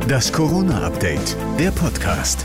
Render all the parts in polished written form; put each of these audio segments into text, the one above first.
Das Corona-Update, der Podcast.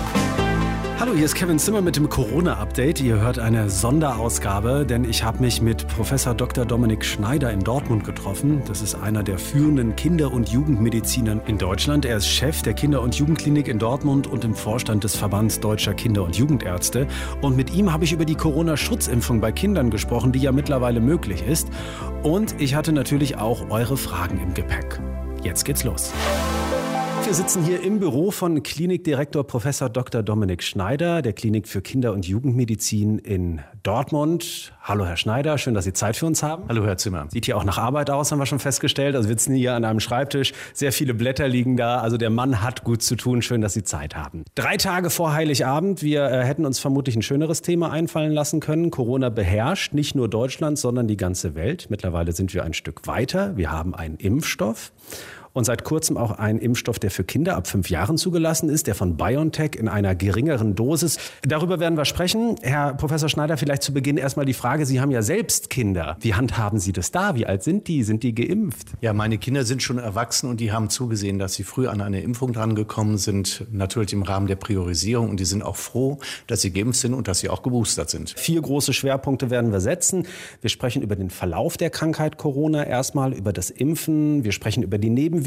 Hallo, hier ist Kevin Zimmer mit dem Corona-Update. Ihr hört eine Sonderausgabe, denn ich habe mich mit Professor Dr. Dominik Schneider in Dortmund getroffen. Das ist einer der führenden Kinder- und Jugendmediziner in Deutschland. Er ist Chef der Kinder- und Jugendklinik in Dortmund und im Vorstand des Verbands Deutscher Kinder- und Jugendärzte. Und mit ihm habe ich über die Corona-Schutzimpfung bei Kindern gesprochen, die ja mittlerweile möglich ist. Und ich hatte natürlich auch eure Fragen im Gepäck. Jetzt geht's los. Wir sitzen hier im Büro von Klinikdirektor Professor Dr. Dominik Schneider der Klinik für Kinder- und Jugendmedizin in Dortmund. Hallo Herr Schneider, schön, dass Sie Zeit für uns haben. Hallo Herr Zimmer. Sieht hier auch nach Arbeit aus, haben wir schon festgestellt. Also wir sitzen hier an einem Schreibtisch, sehr viele Blätter liegen da. Also der Mann hat gut zu tun, schön, dass Sie Zeit haben. 3 Tage vor Heiligabend, wir hätten uns vermutlich ein schöneres Thema einfallen lassen können. Corona beherrscht nicht nur Deutschland, sondern die ganze Welt. Mittlerweile sind wir ein Stück weiter. Wir haben einen Impfstoff. Und seit kurzem auch ein Impfstoff, der für Kinder ab 5 Jahren zugelassen ist, der von BioNTech in einer geringeren Dosis. Darüber werden wir sprechen. Herr Professor Schneider, vielleicht zu Beginn erstmal die Frage, Sie haben ja selbst Kinder. Wie handhaben Sie das da? Wie alt sind die? Sind die geimpft? Ja, meine Kinder sind schon erwachsen und die haben zugesehen, dass sie früh an eine Impfung drangekommen sind, natürlich im Rahmen der Priorisierung. Und die sind auch froh, dass sie geimpft sind und dass sie auch geboostert sind. 4 große Schwerpunkte werden wir setzen. Wir sprechen über den Verlauf der Krankheit Corona erstmal, über das Impfen. Wir sprechen über die Nebenwirkungen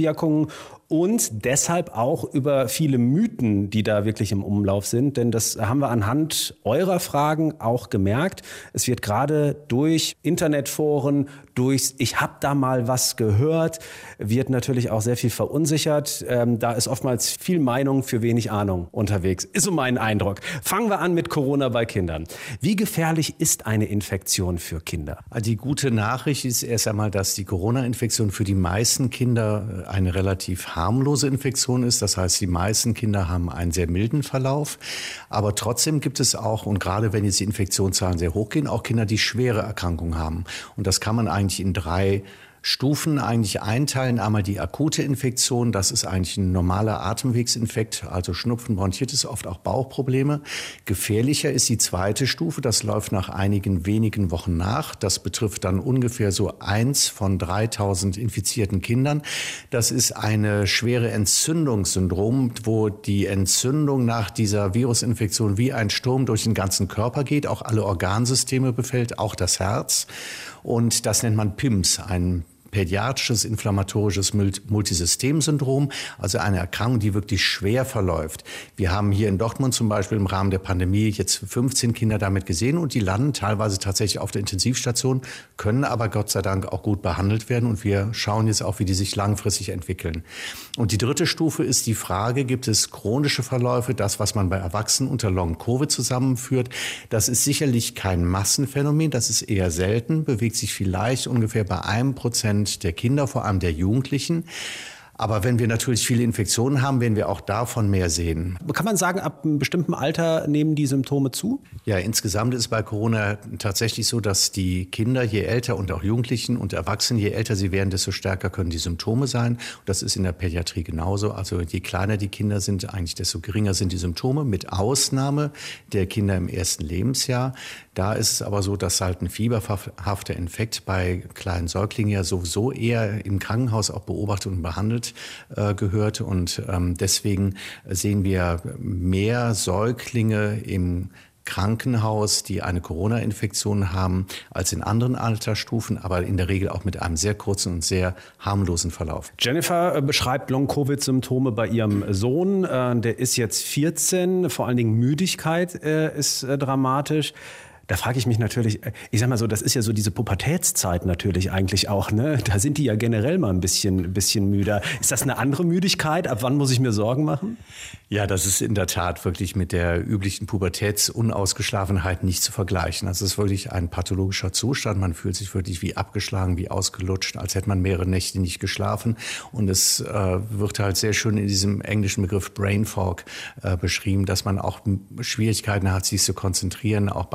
und deshalb auch über viele Mythen, die da wirklich im Umlauf sind. Denn das haben wir anhand eurer Fragen auch gemerkt. Es wird gerade durch Internetforen, durch ich habe da mal was gehört, wird natürlich auch sehr viel verunsichert. Da ist oftmals viel Meinung für wenig Ahnung unterwegs. Ist so mein Eindruck. Fangen wir an mit Corona bei Kindern. Wie gefährlich ist eine Infektion für Kinder? Die gute Nachricht ist erst einmal, dass die Corona-Infektion für die meisten Kinder eine relativ harmlose Infektion ist. Das heißt, die meisten Kinder haben einen sehr milden Verlauf. Aber trotzdem gibt es auch, und gerade wenn jetzt die Infektionszahlen sehr hoch gehen, auch Kinder, die schwere Erkrankungen haben. Und das kann man eigentlich in 3 Stufen eigentlich einteilen. Einmal die akute Infektion, das ist eigentlich ein normaler Atemwegsinfekt, also Schnupfen, Bronchitis, oft auch Bauchprobleme. Gefährlicher ist die 2. Stufe, das läuft nach einigen wenigen Wochen nach. Das betrifft dann ungefähr so 1 von 3000 infizierten Kindern. Das ist eine schwere Entzündungssyndrom, wo die Entzündung nach dieser Virusinfektion wie ein Sturm durch den ganzen Körper geht, auch alle Organsysteme befällt, auch das Herz. Und das nennt man PIMS, ein pädiatrisches inflammatorisches Multisystemsyndrom, also eine Erkrankung, die wirklich schwer verläuft. Wir haben hier in Dortmund zum Beispiel im Rahmen der Pandemie jetzt 15 Kinder damit gesehen und die landen teilweise tatsächlich auf der Intensivstation, können aber Gott sei Dank auch gut behandelt werden und wir schauen jetzt auch, wie die sich langfristig entwickeln. Und die 3. Stufe ist die Frage, gibt es chronische Verläufe, das, was man bei Erwachsenen unter Long-Covid zusammenführt. Das ist sicherlich kein Massenphänomen, das ist eher selten, bewegt sich vielleicht ungefähr bei 1% der Kinder, vor allem der Jugendlichen. Aber wenn wir natürlich viele Infektionen haben, werden wir auch davon mehr sehen. Kann man sagen, ab einem bestimmten Alter nehmen die Symptome zu? Ja, insgesamt ist bei Corona tatsächlich so, dass die Kinder, je älter und auch Jugendlichen und Erwachsenen, je älter sie werden, desto stärker können die Symptome sein. Und das ist in der Pädiatrie genauso. Also je kleiner die Kinder sind, eigentlich desto geringer sind die Symptome, mit Ausnahme der Kinder im 1. Lebensjahr. Da ist es aber so, dass halt ein fieberhafter Infekt bei kleinen Säuglingen ja sowieso eher im Krankenhaus auch beobachtet und behandelt gehört. Und deswegen sehen wir mehr Säuglinge im Krankenhaus, die eine Corona-Infektion haben, als in anderen Altersstufen, aber in der Regel auch mit einem sehr kurzen und sehr harmlosen Verlauf. Jennifer beschreibt Long-Covid-Symptome bei ihrem Sohn. Der ist jetzt 14, vor allen Dingen Müdigkeit ist dramatisch. Da frage ich mich natürlich, ich sag mal so, das ist ja so diese Pubertätszeit natürlich eigentlich auch, ne? Da sind die ja generell mal ein bisschen müder. Ist das eine andere Müdigkeit? Ab wann muss ich mir Sorgen machen? Ja, das ist in der Tat wirklich mit der üblichen Pubertätsunausgeschlafenheit nicht zu vergleichen. Das ist wirklich ein pathologischer Zustand. Man fühlt sich wirklich wie abgeschlagen, wie ausgelutscht, als hätte man mehrere Nächte nicht geschlafen. Und es wird halt sehr schön in diesem englischen Begriff Brain Fog beschrieben, dass man auch Schwierigkeiten hat, sich zu konzentrieren, auch bei der Sache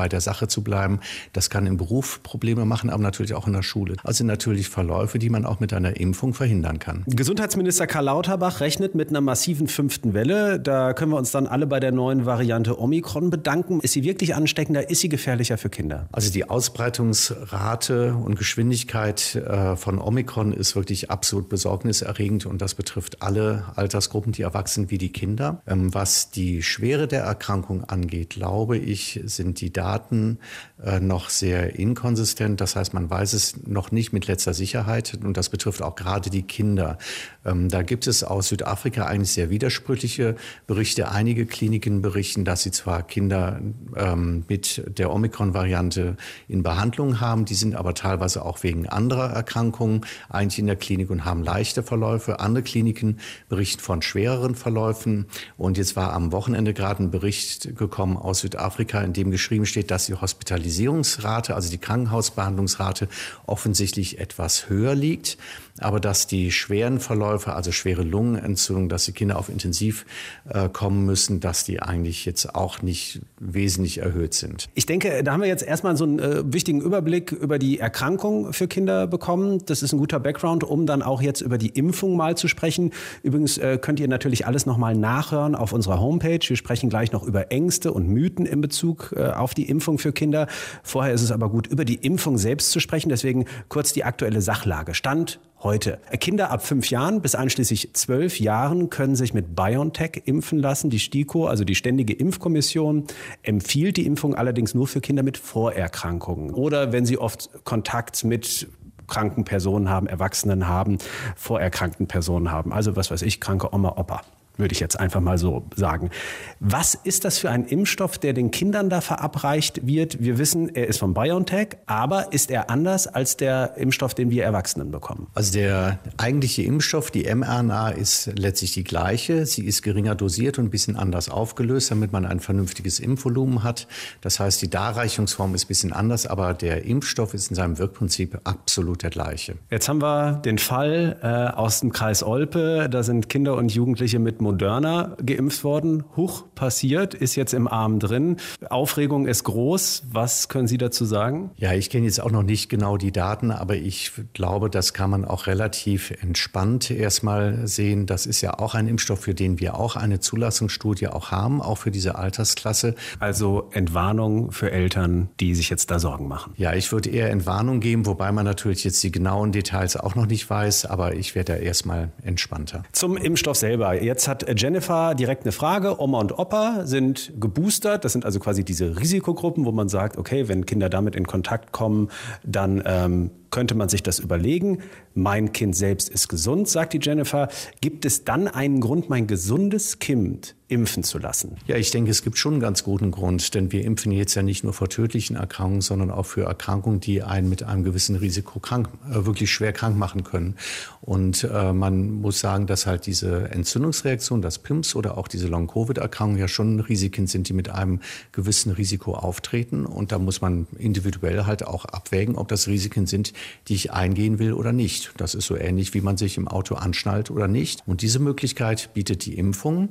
Wache zu bleiben. Das kann im Beruf Probleme machen, aber natürlich auch in der Schule. Also natürlich Verläufe, die man auch mit einer Impfung verhindern kann. Gesundheitsminister Karl Lauterbach rechnet mit einer massiven 5. Welle. Da können wir uns dann alle bei der neuen Variante Omikron bedanken. Ist sie wirklich ansteckender? Ist sie gefährlicher für Kinder? Also die Ausbreitungsrate und Geschwindigkeit von Omikron ist wirklich absolut besorgniserregend und das betrifft alle Altersgruppen, die Erwachsenen wie die Kinder. Was die Schwere der Erkrankung angeht, glaube ich, sind die Daten noch sehr inkonsistent. Das heißt, man weiß es noch nicht mit letzter Sicherheit und das betrifft auch gerade die Kinder. Da gibt es aus Südafrika eigentlich sehr widersprüchliche Berichte. Einige Kliniken berichten, dass sie zwar Kinder mit der Omikron-Variante in Behandlung haben, die sind aber teilweise auch wegen anderer Erkrankungen eigentlich in der Klinik und haben leichte Verläufe. Andere Kliniken berichten von schwereren Verläufen. Und jetzt war am Wochenende gerade ein Bericht gekommen aus Südafrika, in dem geschrieben steht, dass die Hospitalisierungsrate, also die Krankenhausbehandlungsrate, offensichtlich etwas höher liegt, aber dass die schweren Verläufe, also schwere Lungenentzündung, dass die Kinder auf Intensiv kommen müssen, dass die eigentlich jetzt auch nicht wesentlich erhöht sind. Ich denke, da haben wir jetzt erstmal so einen wichtigen Überblick über die Erkrankung für Kinder bekommen. Das ist ein guter Background, um dann auch jetzt über die Impfung mal zu sprechen. Übrigens könnt ihr natürlich alles nochmal nachhören auf unserer Homepage. Wir sprechen gleich noch über Ängste und Mythen in Bezug auf die Impfung für Kinder. Vorher ist es aber gut, über die Impfung selbst zu sprechen. Deswegen kurz die aktuelle Sachlage. Stand heute. Kinder ab 5 Jahren bis einschließlich 12 Jahren können sich mit BioNTech impfen lassen. Die STIKO, also die Ständige Impfkommission, empfiehlt die Impfung allerdings nur für Kinder mit Vorerkrankungen oder wenn sie oft Kontakt mit kranken Personen haben, Erwachsenen haben, vorerkrankten Personen haben. Also was weiß ich, kranke Oma, Opa. Würde ich jetzt einfach mal so sagen. Was ist das für ein Impfstoff, der den Kindern da verabreicht wird? Wir wissen, er ist von BioNTech, aber ist er anders als der Impfstoff, den wir Erwachsenen bekommen? Also der eigentliche Impfstoff, die mRNA, ist letztlich die gleiche. Sie ist geringer dosiert und ein bisschen anders aufgelöst, damit man ein vernünftiges Impfvolumen hat. Das heißt, die Darreichungsform ist ein bisschen anders, aber der Impfstoff ist in seinem Wirkprinzip absolut der gleiche. Jetzt haben wir den Fall aus dem Kreis Olpe. Da sind Kinder und Jugendliche mit Moderna geimpft worden. Huch, passiert, ist jetzt im Arm drin. Aufregung ist groß. Was können Sie dazu sagen? Ja, ich kenne jetzt auch noch nicht genau die Daten, aber ich glaube, das kann man auch relativ entspannt erstmal sehen. Das ist ja auch ein Impfstoff, für den wir auch eine Zulassungsstudie auch haben, auch für diese Altersklasse. Also Entwarnung für Eltern, die sich jetzt da Sorgen machen. Ja, ich würde eher Entwarnung geben, wobei man natürlich jetzt die genauen Details auch noch nicht weiß, aber ich werde da erstmal entspannter. Zum Impfstoff selber. Jetzt hat Jennifer direkt eine Frage. Oma und Opa sind geboostert. Das sind also quasi diese Risikogruppen, wo man sagt, okay, wenn Kinder damit in Kontakt kommen, dann könnte man sich das überlegen. Mein Kind selbst ist gesund, sagt die Jennifer. Gibt es dann einen Grund, mein gesundes Kind impfen zu lassen? Ja, ich denke, es gibt schon einen ganz guten Grund, denn wir impfen jetzt ja nicht nur vor tödlichen Erkrankungen, sondern auch für Erkrankungen, die einen mit einem gewissen Risiko wirklich schwer krank machen können. Und man muss sagen, dass halt diese Entzündungsreaktion, das PIMS oder auch diese Long-Covid-Erkrankungen ja schon Risiken sind, die mit einem gewissen Risiko auftreten. Und da muss man individuell halt auch abwägen, ob das Risiken sind, die ich eingehen will oder nicht. Das ist so ähnlich, wie man sich im Auto anschnallt oder nicht. Und diese Möglichkeit bietet die Impfung.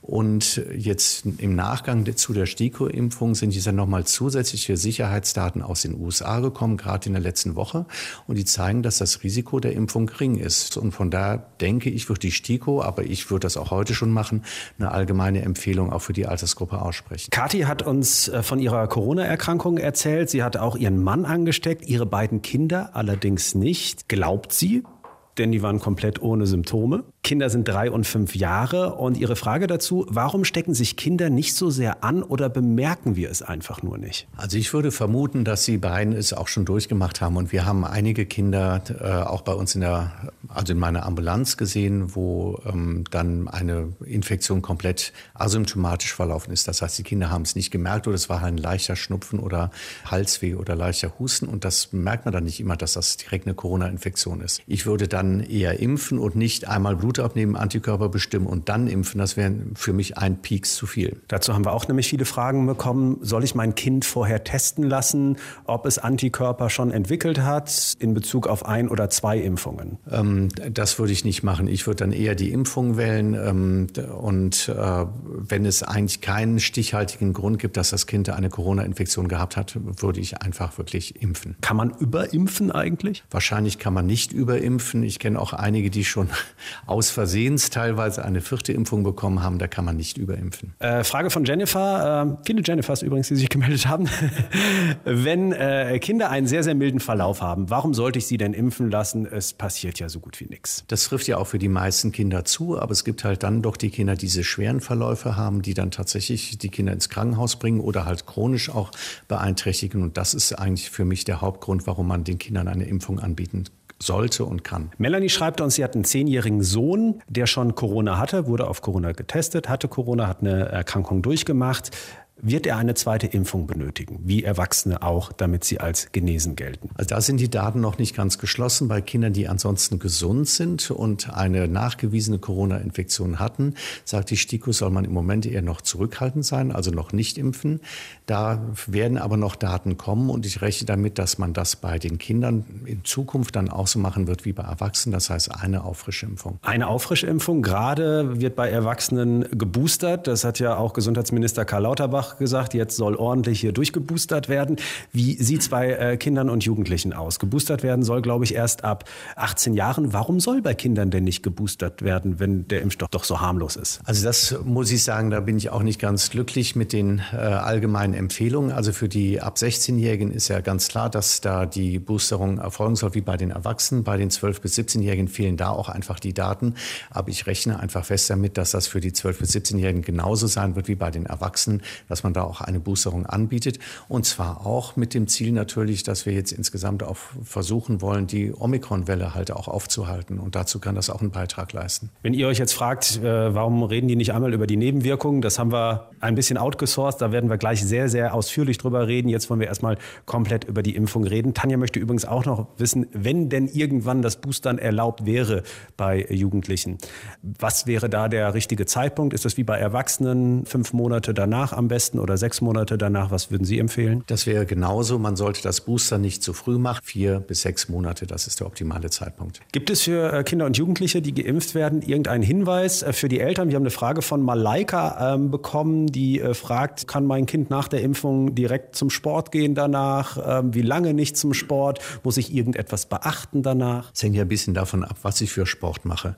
Und jetzt im Nachgang zu der STIKO-Impfung sind jetzt dann nochmal zusätzliche Sicherheitsdaten aus den USA gekommen, gerade in der letzten Woche. Und die zeigen, dass das Risiko der Impfung gering ist. Und von daher denke ich, wird die STIKO, aber ich würde das auch heute schon machen, eine allgemeine Empfehlung auch für die Altersgruppe aussprechen. Kathi hat uns von ihrer Corona-Erkrankung erzählt. Sie hat auch ihren Mann angesteckt, ihre beiden Kinder allerdings nicht. Glaubt sie? Denn die waren komplett ohne Symptome. Kinder sind 3 und 5 Jahre. Und ihre Frage dazu, warum stecken sich Kinder nicht so sehr an oder bemerken wir es einfach nur nicht? Also ich würde vermuten, dass Sie beiden es auch schon durchgemacht haben. Und wir haben einige Kinder auch bei uns in meiner Ambulanz gesehen, wo dann eine Infektion komplett asymptomatisch verlaufen ist. Das heißt, die Kinder haben es nicht gemerkt oder es war halt ein leichter Schnupfen oder Halsweh oder leichter Husten. Und das merkt man dann nicht immer, dass das direkt eine Corona-Infektion ist. Ich würde dann eher impfen und nicht einmal Blut Blut abnehmen, Antikörper bestimmen und dann impfen, das wäre für mich ein Pieks zu viel. Dazu haben wir auch nämlich viele Fragen bekommen. Soll ich mein Kind vorher testen lassen, ob es Antikörper schon entwickelt hat in Bezug auf 1 oder 2 Impfungen? Das würde ich nicht machen. Ich würde dann eher die Impfung wählen. Und wenn es eigentlich keinen stichhaltigen Grund gibt, dass das Kind eine Corona-Infektion gehabt hat, würde ich einfach wirklich impfen. Kann man überimpfen eigentlich? Wahrscheinlich kann man nicht überimpfen. Ich kenne auch einige, die schon aus Versehens teilweise eine 4. Impfung bekommen haben. Da kann man nicht überimpfen. Frage von Jennifer. Viele Jennifers übrigens, die sich gemeldet haben. Wenn Kinder einen sehr, sehr milden Verlauf haben, warum sollte ich sie denn impfen lassen? Es passiert ja so gut wie nichts. Das trifft ja auch für die meisten Kinder zu. Aber es gibt halt dann doch die Kinder, die diese schweren Verläufe haben, die dann tatsächlich die Kinder ins Krankenhaus bringen oder halt chronisch auch beeinträchtigen. Und das ist eigentlich für mich der Hauptgrund, warum man den Kindern eine Impfung anbieten sollte und kann. Melanie schreibt uns, sie hat einen 10-jährigen Sohn, der schon Corona hatte, wurde auf Corona getestet, hatte Corona, hat eine Erkrankung durchgemacht. Wird er eine 2. Impfung benötigen, wie Erwachsene auch, damit sie als genesen gelten? Also da sind die Daten noch nicht ganz geschlossen. Bei Kindern, die ansonsten gesund sind und eine nachgewiesene Corona-Infektion hatten, sagt die STIKO, soll man im Moment eher noch zurückhaltend sein, also noch nicht impfen. Da werden aber noch Daten kommen und ich rechne damit, dass man das bei den Kindern in Zukunft dann auch so machen wird wie bei Erwachsenen. Das heißt eine Auffrischimpfung. Eine Auffrischimpfung, gerade wird bei Erwachsenen geboostert. Das hat ja auch Gesundheitsminister Karl Lauterbach gesagt, jetzt soll ordentlich hier durchgeboostert werden. Wie sieht es bei Kindern und Jugendlichen aus? Geboostert werden soll, glaube ich, erst ab 18 Jahren. Warum soll bei Kindern denn nicht geboostert werden, wenn der Impfstoff doch so harmlos ist? Also das muss ich sagen, da bin ich auch nicht ganz glücklich mit den allgemeinen Empfehlungen. Also für die ab 16-Jährigen ist ja ganz klar, dass da die Boosterung erfolgen soll, wie bei den Erwachsenen. Bei den 12- bis 17-Jährigen fehlen da auch einfach die Daten. Aber ich rechne einfach fest damit, dass das für die 12- bis 17-Jährigen genauso sein wird wie bei den Erwachsenen, dass man da auch eine Boosterung anbietet. Und zwar auch mit dem Ziel natürlich, dass wir jetzt insgesamt auch versuchen wollen, die Omikron-Welle halt auch aufzuhalten. Und dazu kann das auch einen Beitrag leisten. Wenn ihr euch jetzt fragt, warum reden die nicht einmal über die Nebenwirkungen, das haben wir ein bisschen outgesourced. Da werden wir gleich sehr, sehr ausführlich drüber reden. Jetzt wollen wir erstmal komplett über die Impfung reden. Tanja möchte übrigens auch noch wissen, wenn denn irgendwann das Boostern erlaubt wäre bei Jugendlichen, was wäre da der richtige Zeitpunkt? Ist das wie bei Erwachsenen 5 Monate danach am besten oder 6 Monate danach? Was würden Sie empfehlen? Das wäre genauso. Man sollte das Booster nicht zu früh machen. 4 bis 6 Monate, das ist der optimale Zeitpunkt. Gibt es für Kinder und Jugendliche, die geimpft werden, irgendeinen Hinweis für die Eltern? Wir haben eine Frage von Malaika bekommen, die fragt, kann mein Kind nach der Impfung direkt zum Sport gehen danach? Wie lange nicht zum Sport? Muss ich irgendetwas beachten danach? Es hängt ja ein bisschen davon ab, was ich für Sport mache.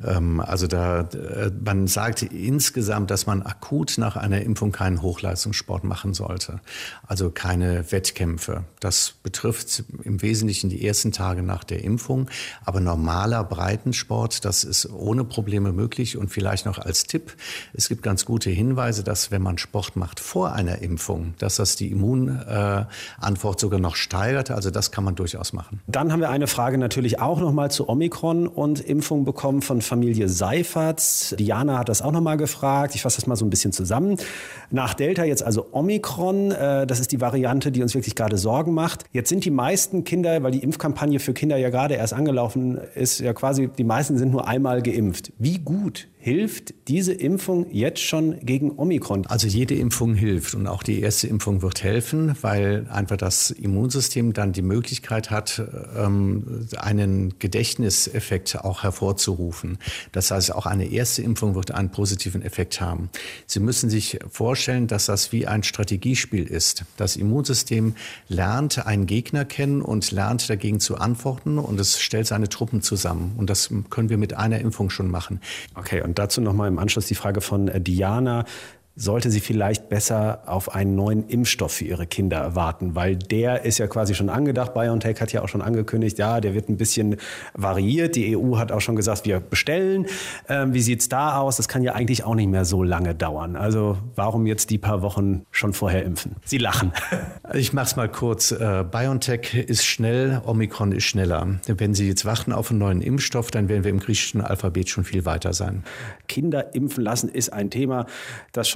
Man sagt insgesamt, dass man akut nach einer Impfung keinen Hochleistungssport machen sollte. Also keine Wettkämpfe. Das betrifft im Wesentlichen die ersten Tage nach der Impfung. Aber normaler Breitensport, das ist ohne Probleme möglich. Und vielleicht noch als Tipp, es gibt ganz gute Hinweise, dass wenn man Sport macht vor einer Impfung, dass das die Immunantwort sogar noch steigert. Also das kann man durchaus machen. Dann haben wir eine Frage natürlich auch nochmal zu Omikron und Impfung bekommen von Familie Seifertz. Diana hat das auch nochmal gefragt. Ich fasse das mal so ein bisschen zusammen. Nach Delta jetzt also Omikron. Das ist die Variante, die uns wirklich gerade Sorgen macht. Jetzt sind die meisten Kinder, weil die Impfkampagne für Kinder ja gerade erst angelaufen ist, ja quasi die meisten sind nur einmal geimpft. Wie gut hilft diese Impfung jetzt schon gegen Omikron? Also jede Impfung hilft und auch die erste Impfung wird helfen, weil einfach das Immunsystem dann die Möglichkeit hat, einen Gedächtniseffekt auch hervorzurufen. Das heißt, auch eine erste Impfung wird einen positiven Effekt haben. Sie müssen sich vorstellen, dass das wie ein Strategiespiel ist. Das Immunsystem lernt einen Gegner kennen und lernt dagegen zu antworten und es stellt seine Truppen zusammen. Und das können wir mit einer Impfung schon machen. Okay, und dazu nochmal im Anschluss die Frage von Diana. Sollte sie vielleicht besser auf einen neuen Impfstoff für ihre Kinder warten? Weil der ist ja quasi schon angedacht. BioNTech hat ja auch schon angekündigt, ja, der wird ein bisschen variiert. Die EU hat auch schon gesagt, wir bestellen. Wie sieht's da aus? Das kann ja eigentlich auch nicht mehr so lange dauern. Also warum jetzt die paar Wochen schon vorher impfen? Sie lachen. Ich mach's mal kurz. BioNTech ist schnell, Omikron ist schneller. Wenn Sie jetzt warten auf einen neuen Impfstoff, dann werden wir im griechischen Alphabet schon viel weiter sein. Kinder impfen lassen ist ein Thema, das schon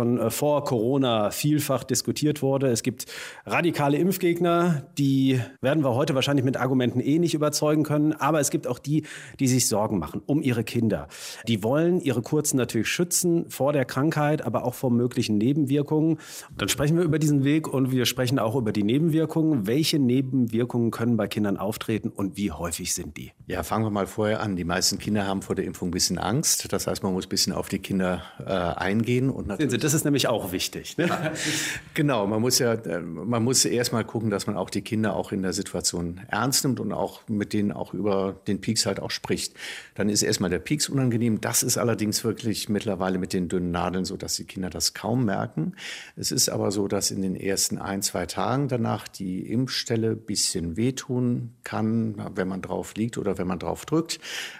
schon vor Corona vielfach diskutiert wurde. Es gibt radikale Impfgegner, die werden wir heute wahrscheinlich mit Argumenten nicht überzeugen können. Aber es gibt auch die sich Sorgen machen um ihre Kinder. Die wollen ihre Kurzen natürlich schützen vor der Krankheit, aber auch vor möglichen Nebenwirkungen. Dann sprechen wir über diesen Weg und wir sprechen auch über die Nebenwirkungen. Welche Nebenwirkungen können bei Kindern auftreten und wie häufig sind die? Ja, fangen wir mal vorher an. Die meisten Kinder haben vor der Impfung ein bisschen Angst. Das heißt, man muss ein bisschen auf die Kinder eingehen. Und natürlich, das ist nämlich auch wichtig. Ne? Genau, man muss erst mal gucken, dass man auch die Kinder auch in der Situation ernst nimmt und auch mit denen auch über den Pieks halt auch spricht. Dann ist erstmal der Pieks unangenehm. Das ist allerdings wirklich mittlerweile mit den dünnen Nadeln so, dass die Kinder das kaum merken. Es ist aber so, dass in den ersten 1-2 Tagen danach die Impfstelle ein bisschen wehtun kann, wenn man drauf liegt oder wenn man drauf drückt.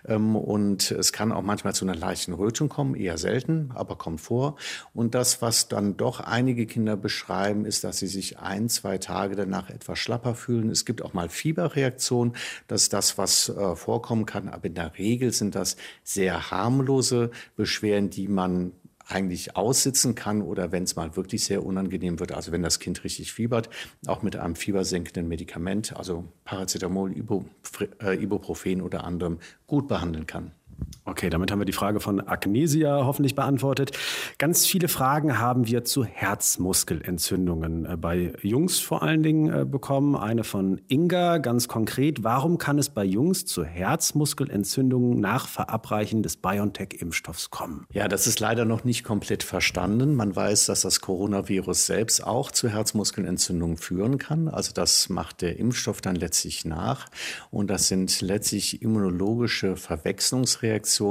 Und es kann auch manchmal zu einer leichten Rötung kommen, eher selten, aber kommt vor. Und das, was dann doch einige Kinder beschreiben, ist, dass sie sich 1-2 Tage danach etwas schlapper fühlen. Es gibt auch mal Fieberreaktionen. Das ist das, was vorkommen kann. Aber in der Regel sind das sehr harmlose Beschwerden, die man eigentlich aussitzen kann oder wenn es mal wirklich sehr unangenehm wird, also wenn das Kind richtig fiebert, auch mit einem fiebersenkenden Medikament, also Paracetamol, Ibuprofen oder anderem, gut behandeln kann. Okay, damit haben wir die Frage von Agnesia hoffentlich beantwortet. Ganz viele Fragen haben wir zu Herzmuskelentzündungen bei Jungs vor allen Dingen bekommen. Eine von Inga, ganz konkret. Warum kann es bei Jungs zu Herzmuskelentzündungen nach Verabreichen des BioNTech-Impfstoffs kommen? Ja, das ist leider noch nicht komplett verstanden. Man weiß, dass das Coronavirus selbst auch zu Herzmuskelentzündungen führen kann. Also das macht der Impfstoff dann letztlich nach. Und das sind letztlich immunologische Verwechslungsreaktionen,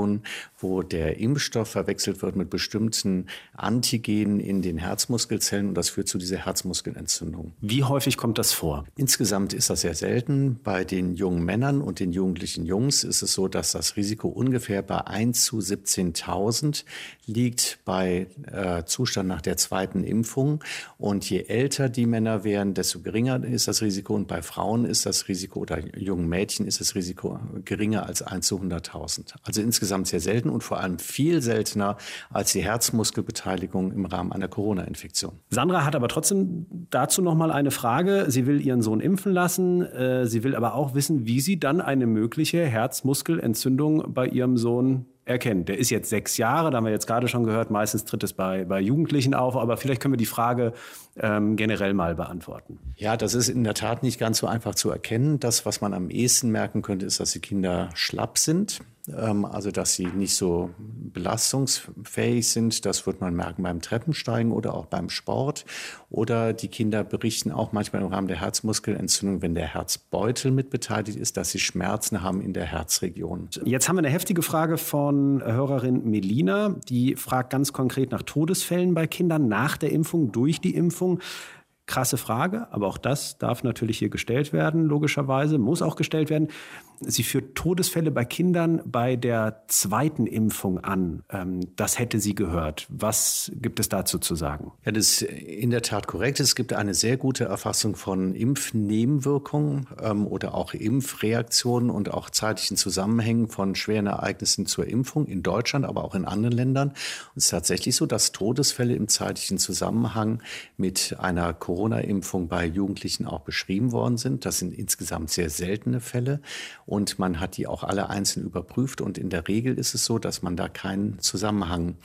wo der Impfstoff verwechselt wird mit bestimmten Antigenen in den Herzmuskelzellen und das führt zu dieser Herzmuskelentzündung. Wie häufig kommt das vor? Insgesamt ist das sehr selten. Bei den jungen Männern und den jugendlichen Jungs ist es so, dass das Risiko ungefähr bei 1 zu 17.000 liegt bei Zustand nach der zweiten Impfung. Und je älter die Männer werden, desto geringer ist das Risiko. Und bei Frauen ist das Risiko oder jungen Mädchen ist das Risiko geringer als 1 zu 100.000. Also insgesamt sehr selten und vor allem viel seltener als die Herzmuskelbeteiligung im Rahmen einer Corona-Infektion. Sandra hat aber trotzdem dazu noch mal eine Frage. Sie will ihren Sohn impfen lassen. Sie will aber auch wissen, wie sie dann eine mögliche Herzmuskelentzündung bei ihrem Sohn erkennt. Der ist jetzt 6 Jahre, da haben wir jetzt gerade schon gehört, meistens tritt es bei Jugendlichen auf, aber vielleicht können wir die Frage generell mal beantworten. Ja, das ist in der Tat nicht ganz so einfach zu erkennen. Das, was man am ehesten merken könnte, ist, dass die Kinder schlapp sind. Also, dass sie nicht so belastungsfähig sind. Das wird man merken beim Treppensteigen oder auch beim Sport. Oder die Kinder berichten auch manchmal im Rahmen der Herzmuskelentzündung, wenn der Herzbeutel mit beteiligt ist, dass sie Schmerzen haben in der Herzregion. Jetzt haben wir eine heftige Frage von Hörerin Melina. Die fragt ganz konkret nach Todesfällen bei Kindern nach der Impfung, durch die Impfung. Krasse Frage, aber auch das darf natürlich hier gestellt werden, logischerweise, muss auch gestellt werden. Sie führt Todesfälle bei Kindern bei der zweiten Impfung an. Das hätte sie gehört. Was gibt es dazu zu sagen? Ja, das ist in der Tat korrekt. Es gibt eine sehr gute Erfassung von Impfnebenwirkungen oder auch Impfreaktionen und auch zeitlichen Zusammenhängen von schweren Ereignissen zur Impfung in Deutschland, aber auch in anderen Ländern. Und es ist tatsächlich so, dass Todesfälle im zeitlichen Zusammenhang mit einer Corona-Impfung bei Jugendlichen auch beschrieben worden sind. Das sind insgesamt sehr seltene Fälle. Und man hat die auch alle einzeln überprüft. Und in der Regel ist es so, dass man da keinen Zusammenhang,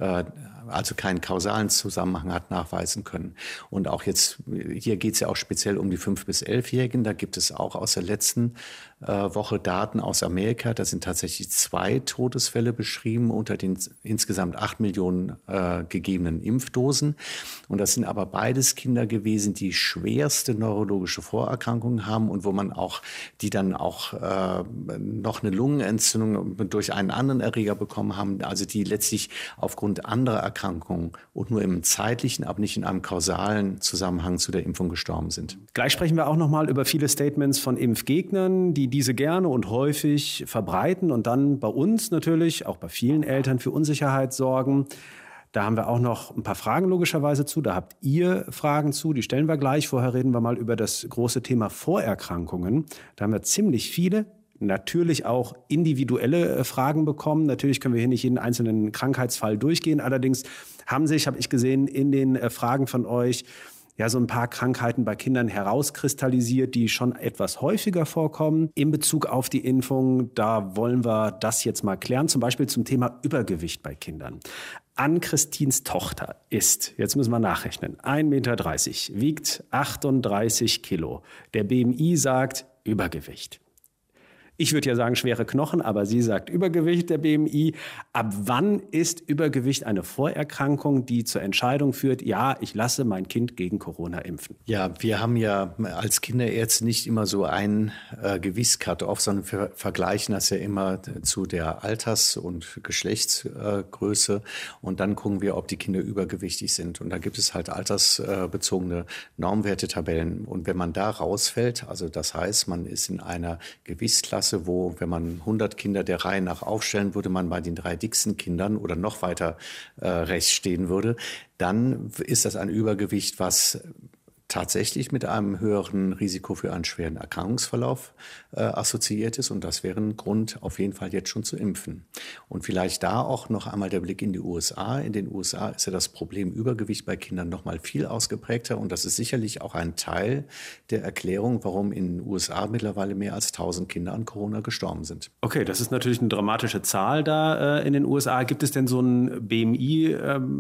also keinen kausalen Zusammenhang hat nachweisen können. Und auch jetzt, hier geht es ja auch speziell um die 5- bis 11-Jährigen. Da gibt es auch aus der letzten Woche Daten aus Amerika. Da sind tatsächlich 2 Todesfälle beschrieben unter den insgesamt 8 Millionen gegebenen Impfdosen. Und das sind aber beides Kinder gewesen, die schwerste neurologische Vorerkrankungen haben und wo man auch, die dann auch noch eine Lungenentzündung durch einen anderen Erreger bekommen haben, also die letztlich aufgrund anderer Erkrankungen und nur im zeitlichen, aber nicht in einem kausalen Zusammenhang zu der Impfung gestorben sind. Gleich sprechen wir auch noch mal über viele Statements von Impfgegnern, die diese gerne und häufig verbreiten und dann bei uns natürlich, auch bei vielen Eltern, für Unsicherheit sorgen. Da haben wir auch noch ein paar Fragen logischerweise zu. Da habt ihr Fragen zu, die stellen wir gleich. Vorher reden wir mal über das große Thema Vorerkrankungen. Da haben wir ziemlich viele, natürlich auch individuelle Fragen bekommen. Natürlich können wir hier nicht jeden einzelnen Krankheitsfall durchgehen. Allerdings habe ich gesehen, in den Fragen von euch ja so ein paar Krankheiten bei Kindern herauskristallisiert, die schon etwas häufiger vorkommen. In Bezug auf die Impfung, da wollen wir das jetzt mal klären, zum Beispiel zum Thema Übergewicht bei Kindern. Ann-Christins Tochter ist, jetzt müssen wir nachrechnen, 1,30 Meter, wiegt 38 Kilo. Der BMI sagt Übergewicht. Ich würde ja sagen schwere Knochen, aber sie sagt Übergewicht, der BMI. Ab wann ist Übergewicht eine Vorerkrankung, die zur Entscheidung führt, ja, ich lasse mein Kind gegen Corona impfen? Ja, wir haben ja als Kinderärzte nicht immer so ein Gewichtscut-off, sondern wir vergleichen das ja immer zu der Alters- und Geschlechtsgröße und dann gucken wir, ob die Kinder übergewichtig sind. Und da gibt es halt altersbezogene Normwertetabellen. Und wenn man da rausfällt, also das heißt, man ist in einer Gewichtsklasse, wo, wenn man 100 Kinder der Reihe nach aufstellen würde, man bei den 3 dicksten Kindern oder noch weiter rechts stehen würde, dann ist das ein Übergewicht, was tatsächlich mit einem höheren Risiko für einen schweren Erkrankungsverlauf assoziiert ist. Und das wäre ein Grund, auf jeden Fall jetzt schon zu impfen. Und vielleicht da auch noch einmal der Blick in die USA. In den USA ist ja das Problem Übergewicht bei Kindern noch mal viel ausgeprägter. Und das ist sicherlich auch ein Teil der Erklärung, warum in den USA mittlerweile mehr als 1000 Kinder an Corona gestorben sind. Okay, das ist natürlich eine dramatische Zahl da in den USA. Gibt es denn so ein BMI,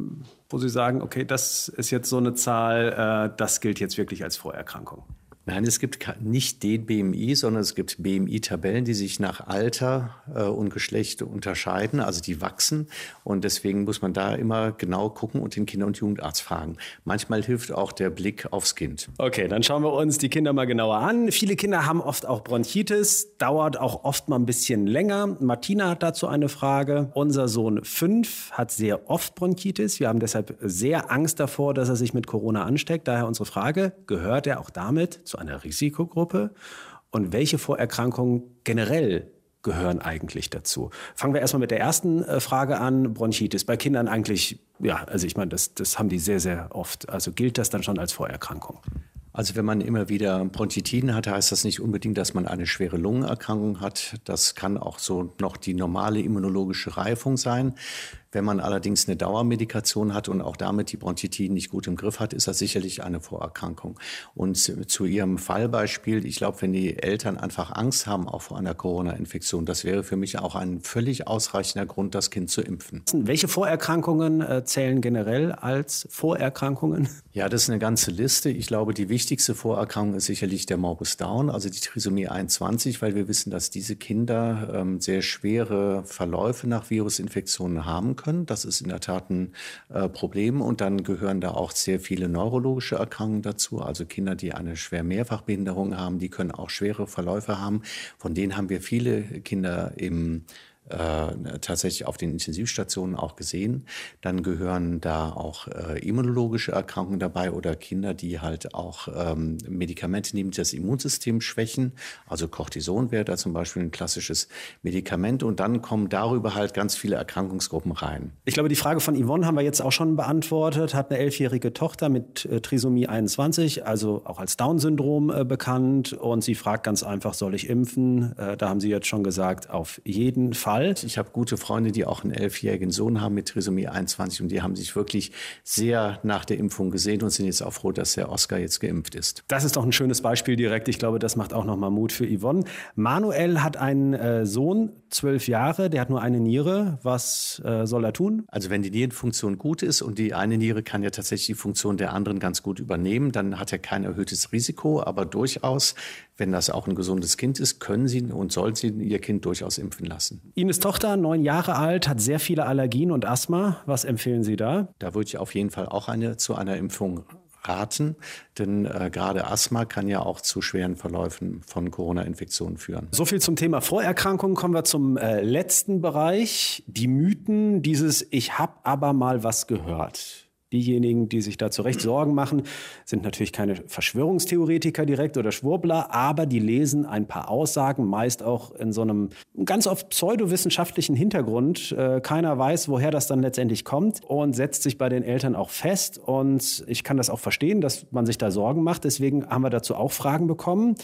wo Sie sagen, okay, das ist jetzt so eine Zahl, das gilt jetzt wirklich als Vorerkrankung? Nein, es gibt nicht den BMI, sondern es gibt BMI-Tabellen, die sich nach Alter und Geschlecht unterscheiden, also die wachsen. Und deswegen muss man da immer genau gucken und den Kinder- und Jugendarzt fragen. Manchmal hilft auch der Blick aufs Kind. Okay, dann schauen wir uns die Kinder mal genauer an. Viele Kinder haben oft auch Bronchitis, dauert auch oft mal ein bisschen länger. Martina hat dazu eine Frage. Unser Sohn 5 hat sehr oft Bronchitis. Wir haben deshalb sehr Angst davor, dass er sich mit Corona ansteckt. Daher unsere Frage, gehört er auch damit zu einer Risikogruppe? Und welche Vorerkrankungen generell gehören eigentlich dazu? Fangen wir erstmal mit der ersten Frage an. Bronchitis bei Kindern eigentlich, ja, also ich meine, das haben die sehr, sehr oft. Also gilt das dann schon als Vorerkrankung? Also wenn man immer wieder Bronchitiden hat, heißt das nicht unbedingt, dass man eine schwere Lungenerkrankung hat. Das kann auch so noch die normale immunologische Reifung sein. Wenn man allerdings eine Dauermedikation hat und auch damit die Bronchitiden nicht gut im Griff hat, ist das sicherlich eine Vorerkrankung. Und zu Ihrem Fallbeispiel, ich glaube, wenn die Eltern einfach Angst haben auch vor einer Corona-Infektion, das wäre für mich auch ein völlig ausreichender Grund, das Kind zu impfen. Welche Vorerkrankungen zählen generell als Vorerkrankungen? Ja, das ist eine ganze Liste. Ich glaube, die wichtigste Vorerkrankung ist sicherlich der Morbus Down, also die Trisomie 21, weil wir wissen, dass diese Kinder sehr schwere Verläufe nach Virusinfektionen haben können. Das ist in der Tat ein Problem. Und dann gehören da auch sehr viele neurologische Erkrankungen dazu. Also Kinder, die eine schwere Mehrfachbehinderung haben, die können auch schwere Verläufe haben. Von denen haben wir viele Kinder tatsächlich auf den Intensivstationen auch gesehen. Dann gehören da auch immunologische Erkrankungen dabei oder Kinder, die halt auch Medikamente nehmen, die das Immunsystem schwächen. Also Cortison wäre da zum Beispiel ein klassisches Medikament. Und dann kommen darüber halt ganz viele Erkrankungsgruppen rein. Ich glaube, die Frage von Yvonne haben wir jetzt auch schon beantwortet. Hat eine 11-jährige Tochter mit Trisomie 21, also auch als Down-Syndrom bekannt. Und sie fragt ganz einfach, soll ich impfen? Da haben Sie jetzt schon gesagt, auf jeden Fall. Ich habe gute Freunde, die auch einen 11-jährigen Sohn haben mit Trisomie 21 und die haben sich wirklich sehr nach der Impfung gesehnt und sind jetzt auch froh, dass der Oscar jetzt geimpft ist. Das ist doch ein schönes Beispiel direkt. Ich glaube, das macht auch nochmal Mut für Yvonne. Manuel hat einen Sohn, 12 Jahre, der hat nur eine Niere. Was soll er tun? Also wenn die Nierenfunktion gut ist und die eine Niere kann ja tatsächlich die Funktion der anderen ganz gut übernehmen, dann hat er kein erhöhtes Risiko, aber durchaus, wenn das auch ein gesundes Kind ist, können Sie und sollen Sie Ihr Kind durchaus impfen lassen. Ines Tochter, 9 Jahre alt, hat sehr viele Allergien und Asthma. Was empfehlen Sie da? Da würde ich auf jeden Fall auch zu einer Impfung raten, denn gerade Asthma kann ja auch zu schweren Verläufen von Corona-Infektionen führen. So viel zum Thema Vorerkrankungen. Kommen wir zum letzten Bereich. Die Mythen, dieses Ich hab aber mal was gehört. Diejenigen, die sich da zu Recht Sorgen machen, sind natürlich keine Verschwörungstheoretiker direkt oder Schwurbler, aber die lesen ein paar Aussagen, meist auch in so einem ganz oft pseudowissenschaftlichen Hintergrund. Keiner weiß, woher das dann letztendlich kommt und setzt sich bei den Eltern auch fest. Und ich kann das auch verstehen, dass man sich da Sorgen macht. Deswegen haben wir dazu auch Fragen bekommen.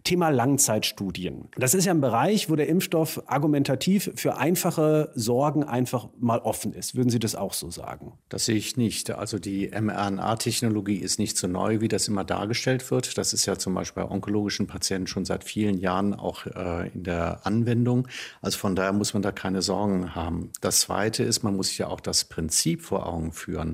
Thema Langzeitstudien. Das ist ja ein Bereich, wo der Impfstoff argumentativ für einfache Sorgen einfach mal offen ist. Würden Sie das auch so sagen? Das sehe ich nicht. Also die mRNA-Technologie ist nicht so neu, wie das immer dargestellt wird. Das ist ja zum Beispiel bei onkologischen Patienten schon seit vielen Jahren auch in der Anwendung. Also von daher muss man da keine Sorgen haben. Das Zweite ist, man muss sich ja auch das Prinzip vor Augen führen.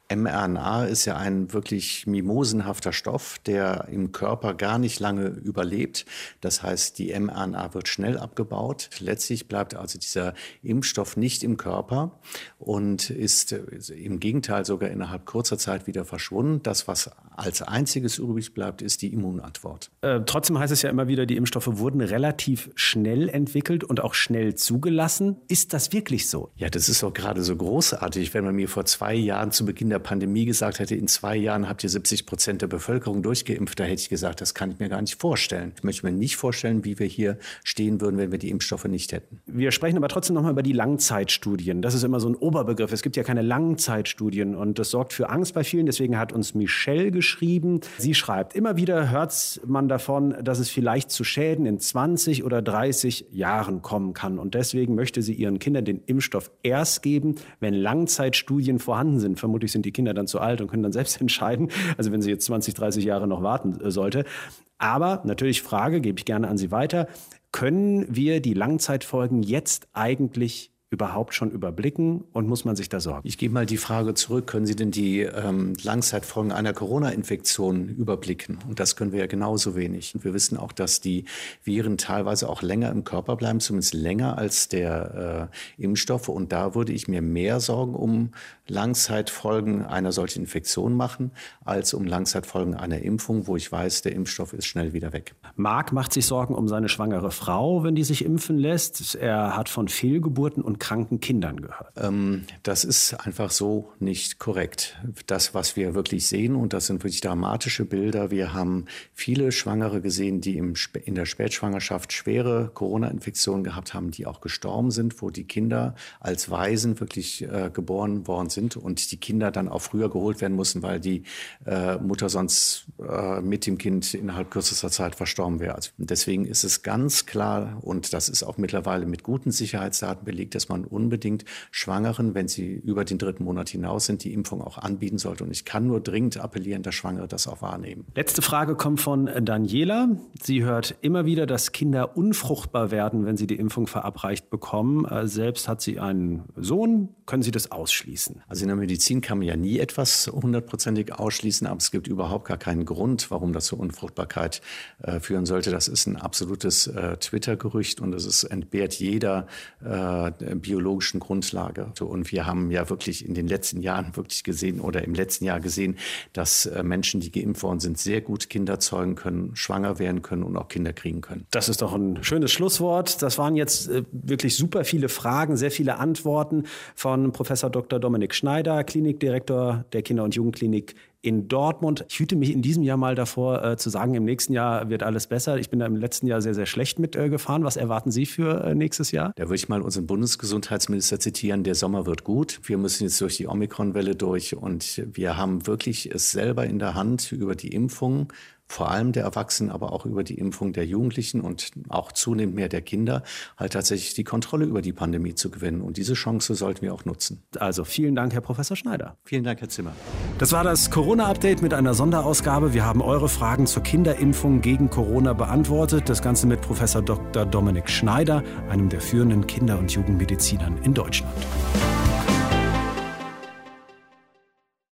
mRNA ist ja ein wirklich mimosenhafter Stoff, der im Körper gar nicht lange überlebt. Das heißt, die mRNA wird schnell abgebaut. Letztlich bleibt also dieser Impfstoff nicht im Körper und ist im Gegenteil sogar innerhalb kurzer Zeit wieder verschwunden. Das, was als einziges übrig bleibt, ist die Immunantwort. Trotzdem heißt es ja immer wieder, die Impfstoffe wurden relativ schnell entwickelt und auch schnell zugelassen. Ist das wirklich so? Ja, das ist doch gerade so großartig, wenn man mir vor 2 Jahren zu Beginn der Pandemie gesagt hätte, in 2 Jahren habt ihr 70% der Bevölkerung durchgeimpft, da hätte ich gesagt, das kann ich mir gar nicht vorstellen. Ich möchte mir nicht vorstellen, wie wir hier stehen würden, wenn wir die Impfstoffe nicht hätten. Wir sprechen aber trotzdem nochmal über die Langzeitstudien. Das ist immer so ein Oberbegriff. Es gibt ja keine Langzeitstudien und das sorgt für Angst bei vielen. Deswegen hat uns Michelle geschrieben. Sie schreibt, immer wieder hört man davon, dass es vielleicht zu Schäden in 20 oder 30 Jahren kommen kann. Und deswegen möchte sie ihren Kindern den Impfstoff erst geben, wenn Langzeitstudien vorhanden sind. Vermutlich sind die Kinder dann zu alt und können dann selbst entscheiden, also wenn sie jetzt 20, 30 Jahre noch warten sollte. Aber natürlich Frage, gebe ich gerne an Sie weiter, können wir die Langzeitfolgen jetzt eigentlich überhaupt schon überblicken und muss man sich da sorgen? Ich gebe mal die Frage zurück, können Sie denn die Langzeitfolgen einer Corona-Infektion überblicken? Und das können wir ja genauso wenig. Und wir wissen auch, dass die Viren teilweise auch länger im Körper bleiben, zumindest länger als der Impfstoff. Und da würde ich mir mehr Sorgen um Langzeitfolgen einer solchen Infektion machen, als um Langzeitfolgen einer Impfung, wo ich weiß, der Impfstoff ist schnell wieder weg. Marc macht sich Sorgen um seine schwangere Frau, wenn die sich impfen lässt. Er hat von Fehlgeburten und kranken Kindern gehört. Das ist einfach so nicht korrekt. Das, was wir wirklich sehen, und das sind wirklich dramatische Bilder, wir haben viele Schwangere gesehen, die in der Spätschwangerschaft schwere Corona-Infektionen gehabt haben, die auch gestorben sind, wo die Kinder als Waisen wirklich geboren worden sind und die Kinder dann auch früher geholt werden mussten, weil die Mutter sonst mit dem Kind innerhalb kürzester Zeit verstorben wäre. Also deswegen ist es ganz klar, und das ist auch mittlerweile mit guten Sicherheitsdaten belegt, dass man unbedingt Schwangeren, wenn sie über den 3. Monat hinaus sind, die Impfung auch anbieten sollte. Und ich kann nur dringend appellieren, dass Schwangere das auch wahrnehmen. Letzte Frage kommt von Daniela. Sie hört immer wieder, dass Kinder unfruchtbar werden, wenn sie die Impfung verabreicht bekommen. Selbst hat sie einen Sohn. Können Sie das ausschließen? Also in der Medizin kann man ja nie etwas 100%ig ausschließen, aber es gibt überhaupt gar keinen Grund, warum das zur Unfruchtbarkeit führen sollte. Das ist ein absolutes Twitter-Gerücht und es entbehrt jeder biologischen Grundlage. Und wir haben ja wirklich in den letzten Jahren wirklich gesehen oder im letzten Jahr gesehen, dass Menschen, die geimpft worden sind, sehr gut Kinder zeugen können, schwanger werden können und auch Kinder kriegen können. Das ist doch ein schönes Schlusswort. Das waren jetzt wirklich super viele Fragen, sehr viele Antworten von Professor Dr. Dominik Schneider, Klinikdirektor der Kinder- und Jugendklinik in Dortmund. Ich hüte mich in diesem Jahr mal davor, zu sagen, im nächsten Jahr wird alles besser. Ich bin da im letzten Jahr sehr, sehr schlecht mitgefahren. Was erwarten Sie für nächstes Jahr? Da würde ich mal unseren Bundesgesundheitsminister zitieren, der Sommer wird gut. Wir müssen jetzt durch die Omikron-Welle durch und wir haben wirklich es selber in der Hand über die Impfung, vor allem der Erwachsenen, aber auch über die Impfung der Jugendlichen und auch zunehmend mehr der Kinder, halt tatsächlich die Kontrolle über die Pandemie zu gewinnen. Und diese Chance sollten wir auch nutzen. Also vielen Dank, Herr Professor Schneider. Vielen Dank, Herr Zimmer. Das war das Corona-Update mit einer Sonderausgabe. Wir haben eure Fragen zur Kinderimpfung gegen Corona beantwortet. Das Ganze mit Professor Dr. Dominik Schneider, einem der führenden Kinder- und Jugendmedizinern in Deutschland.